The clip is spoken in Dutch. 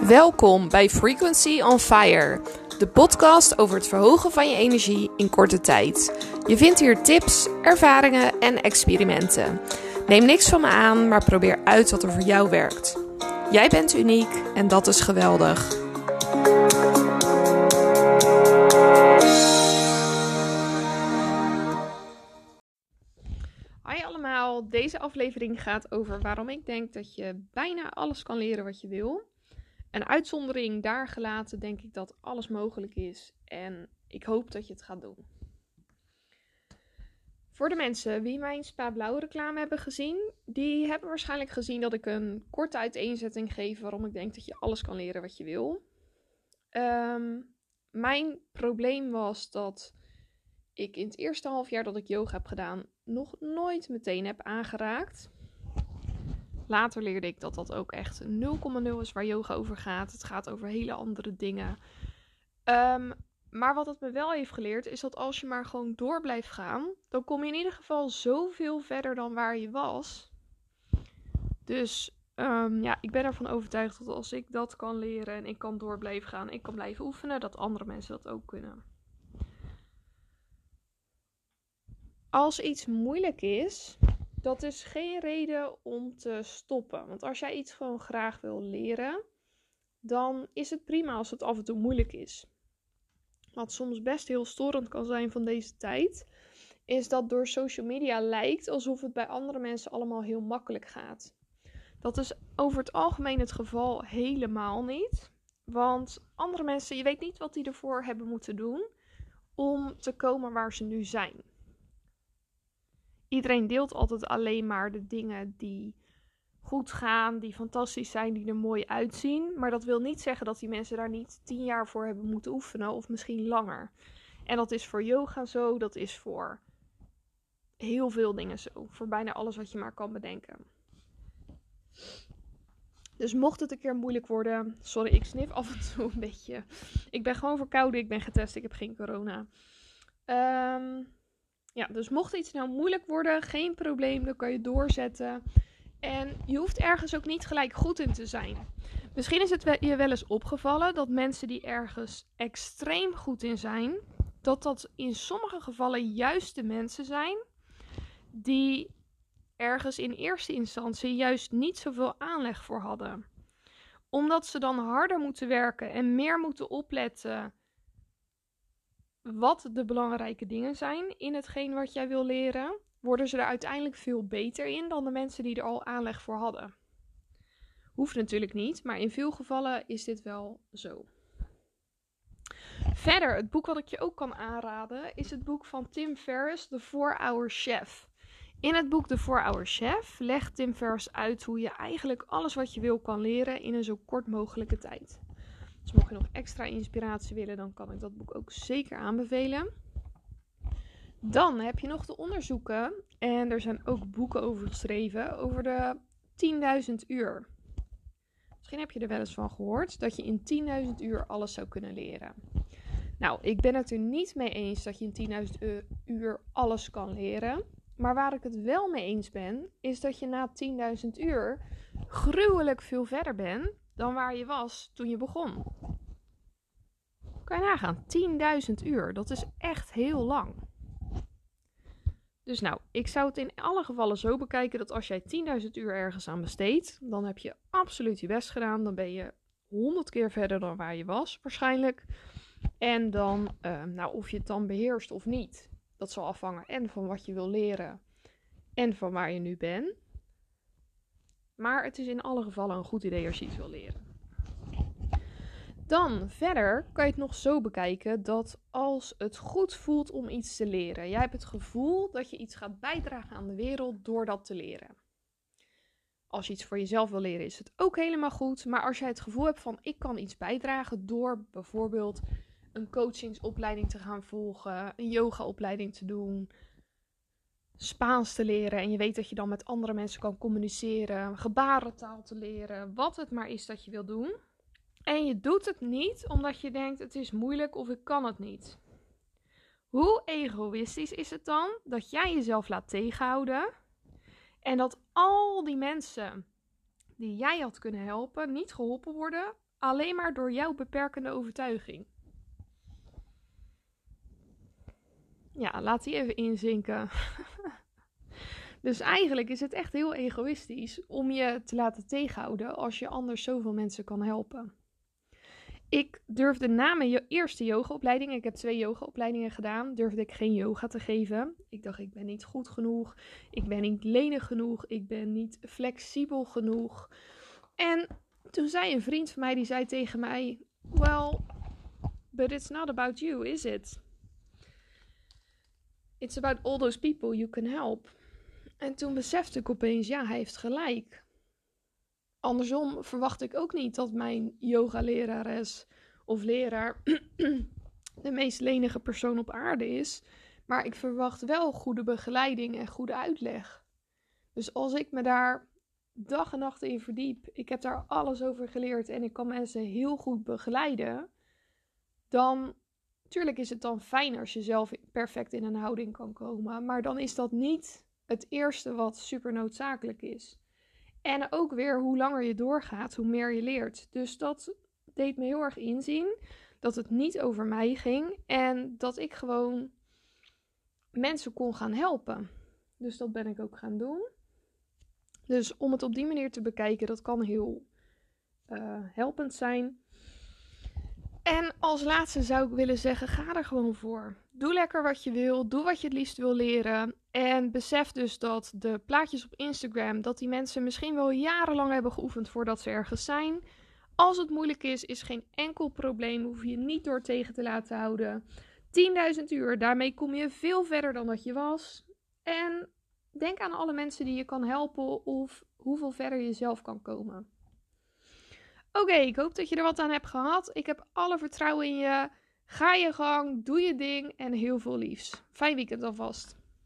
Welkom bij Frequency on Fire, de podcast over het verhogen van je energie in korte tijd. Je vindt hier tips, ervaringen en experimenten. Neem niks van me aan, maar probeer uit wat er voor jou werkt. Jij bent uniek en dat is geweldig. Hoi allemaal, deze aflevering gaat over waarom ik denk dat je bijna alles kan leren wat je wil. Een uitzondering daar gelaten denk ik dat alles mogelijk is en ik hoop dat je het gaat doen. Voor de mensen die mijn Spa Blauw reclame hebben gezien, die hebben waarschijnlijk gezien dat ik een korte uiteenzetting geef waarom ik denk dat je alles kan leren wat je wil. Mijn probleem was dat ik in het eerste halfjaar dat ik yoga heb gedaan nog nooit meteen heb aangeraakt. Later leerde ik dat dat ook echt 0,0 is waar yoga over gaat. Het gaat over hele andere dingen. Maar wat het me wel heeft geleerd is dat als je maar gewoon door blijft gaan, dan kom je in ieder geval zoveel verder dan waar je was. Dus ik ben ervan overtuigd dat als ik dat kan leren en ik kan door blijven gaan, ik kan blijven oefenen, dat andere mensen dat ook kunnen. Als iets moeilijk is, dat is geen reden om te stoppen. Want als jij iets gewoon graag wil leren, dan is het prima als het af en toe moeilijk is. Wat soms best heel storend kan zijn van deze tijd, is dat door social media lijkt alsof het bij andere mensen allemaal heel makkelijk gaat. Dat is over het algemeen het geval helemaal niet. Want andere mensen, je weet niet wat die ervoor hebben moeten doen om te komen waar ze nu zijn. Iedereen deelt altijd alleen maar de dingen die goed gaan, die fantastisch zijn, die er mooi uitzien. Maar dat wil niet zeggen dat die mensen daar niet 10 jaar voor hebben moeten oefenen of misschien langer. En dat is voor yoga zo, dat is voor heel veel dingen zo. Voor bijna alles wat je maar kan bedenken. Dus mocht het een keer moeilijk worden, sorry, ik snif af en toe een beetje. Ik ben gewoon verkouden, ik ben getest, ik heb geen corona. Dus mocht iets nou moeilijk worden, geen probleem, dan kan je doorzetten. En je hoeft ergens ook niet gelijk goed in te zijn. Misschien is het je wel eens opgevallen dat mensen die ergens extreem goed in zijn, dat in sommige gevallen juist de mensen zijn die ergens in eerste instantie juist niet zoveel aanleg voor hadden. Omdat ze dan harder moeten werken en meer moeten opletten wat de belangrijke dingen zijn in hetgeen wat jij wil leren, worden ze er uiteindelijk veel beter in dan de mensen die er al aanleg voor hadden. Hoeft natuurlijk niet, maar in veel gevallen is dit wel zo. Verder, het boek wat ik je ook kan aanraden, is het boek van Tim Ferriss, The 4-Hour Chef. In het boek The 4-Hour Chef legt Tim Ferriss uit hoe je eigenlijk alles wat je wil kan leren in een zo kort mogelijke tijd. Dus mocht je nog extra inspiratie willen, dan kan ik dat boek ook zeker aanbevelen. Dan heb je nog de onderzoeken, en er zijn ook boeken over geschreven, over de 10.000 uur. Misschien heb je er wel eens van gehoord, dat je in 10.000 uur alles zou kunnen leren. Nou, ik ben het er niet mee eens dat je in 10.000 uur alles kan leren. Maar waar ik het wel mee eens ben, is dat je na 10.000 uur gruwelijk veel verder bent dan waar je was toen je begon. Kan je nagaan, 10.000 uur, dat is echt heel lang. Dus nou, ik zou het in alle gevallen zo bekijken dat als jij 10.000 uur ergens aan besteedt, dan heb je absoluut je best gedaan. Dan ben je 100 keer verder dan waar je was waarschijnlijk. En dan, of je het dan beheerst of niet, dat zal afhangen en van wat je wil leren en van waar je nu bent. Maar het is in alle gevallen een goed idee als je iets wil leren. Dan verder kan je het nog zo bekijken dat als het goed voelt om iets te leren. Jij hebt het gevoel dat je iets gaat bijdragen aan de wereld door dat te leren. Als je iets voor jezelf wil leren is het ook helemaal goed. Maar als jij het gevoel hebt van ik kan iets bijdragen door bijvoorbeeld een coachingsopleiding te gaan volgen, een yogaopleiding te doen, Spaans te leren en je weet dat je dan met andere mensen kan communiceren, gebarentaal te leren, wat het maar is dat je wil doen. En je doet het niet omdat je denkt het is moeilijk of ik kan het niet. Hoe egoïstisch is het dan dat jij jezelf laat tegenhouden en dat al die mensen die jij had kunnen helpen niet geholpen worden Alleen maar door jouw beperkende overtuiging. Ja, laat die even inzinken. Dus eigenlijk is het echt heel egoïstisch om je te laten tegenhouden als je anders zoveel mensen kan helpen. Ik durfde na mijn eerste yogaopleiding, ik heb 2 yogaopleidingen gedaan, durfde ik geen yoga te geven. Ik dacht, ik ben niet goed genoeg, ik ben niet lenig genoeg, ik ben niet flexibel genoeg. En toen zei een vriend van mij, die zei tegen mij, well, but it's not about you, is it? It's about all those people you can help. En toen besefte ik opeens, ja, hij heeft gelijk. Andersom verwacht ik ook niet dat mijn yogalerares of leraar de meest lenige persoon op aarde is. Maar ik verwacht wel goede begeleiding en goede uitleg. Dus als ik me daar dag en nacht in verdiep, ik heb daar alles over geleerd en ik kan mensen heel goed begeleiden, dan, tuurlijk is het dan fijn als je zelf perfect in een houding kan komen, maar dan is dat niet het eerste wat super noodzakelijk is. En ook weer, hoe langer je doorgaat, hoe meer je leert. Dus dat deed me heel erg inzien dat het niet over mij ging en dat ik gewoon mensen kon gaan helpen. Dus dat ben ik ook gaan doen. Dus om het op die manier te bekijken, dat kan heel helpend zijn. En als laatste zou ik willen zeggen, ga er gewoon voor. Doe lekker wat je wil, doe wat je het liefst wil leren. En besef dus dat de plaatjes op Instagram, dat die mensen misschien wel jarenlang hebben geoefend voordat ze ergens zijn. Als het moeilijk is geen enkel probleem, hoef je niet door tegen te laten houden. 10.000 uur, daarmee kom je veel verder dan dat je was. En denk aan alle mensen die je kan helpen of hoeveel verder je zelf kan komen. Oké, ik hoop dat je er wat aan hebt gehad. Ik heb alle vertrouwen in je. Ga je gang, doe je ding en heel veel liefs. Fijn weekend alvast.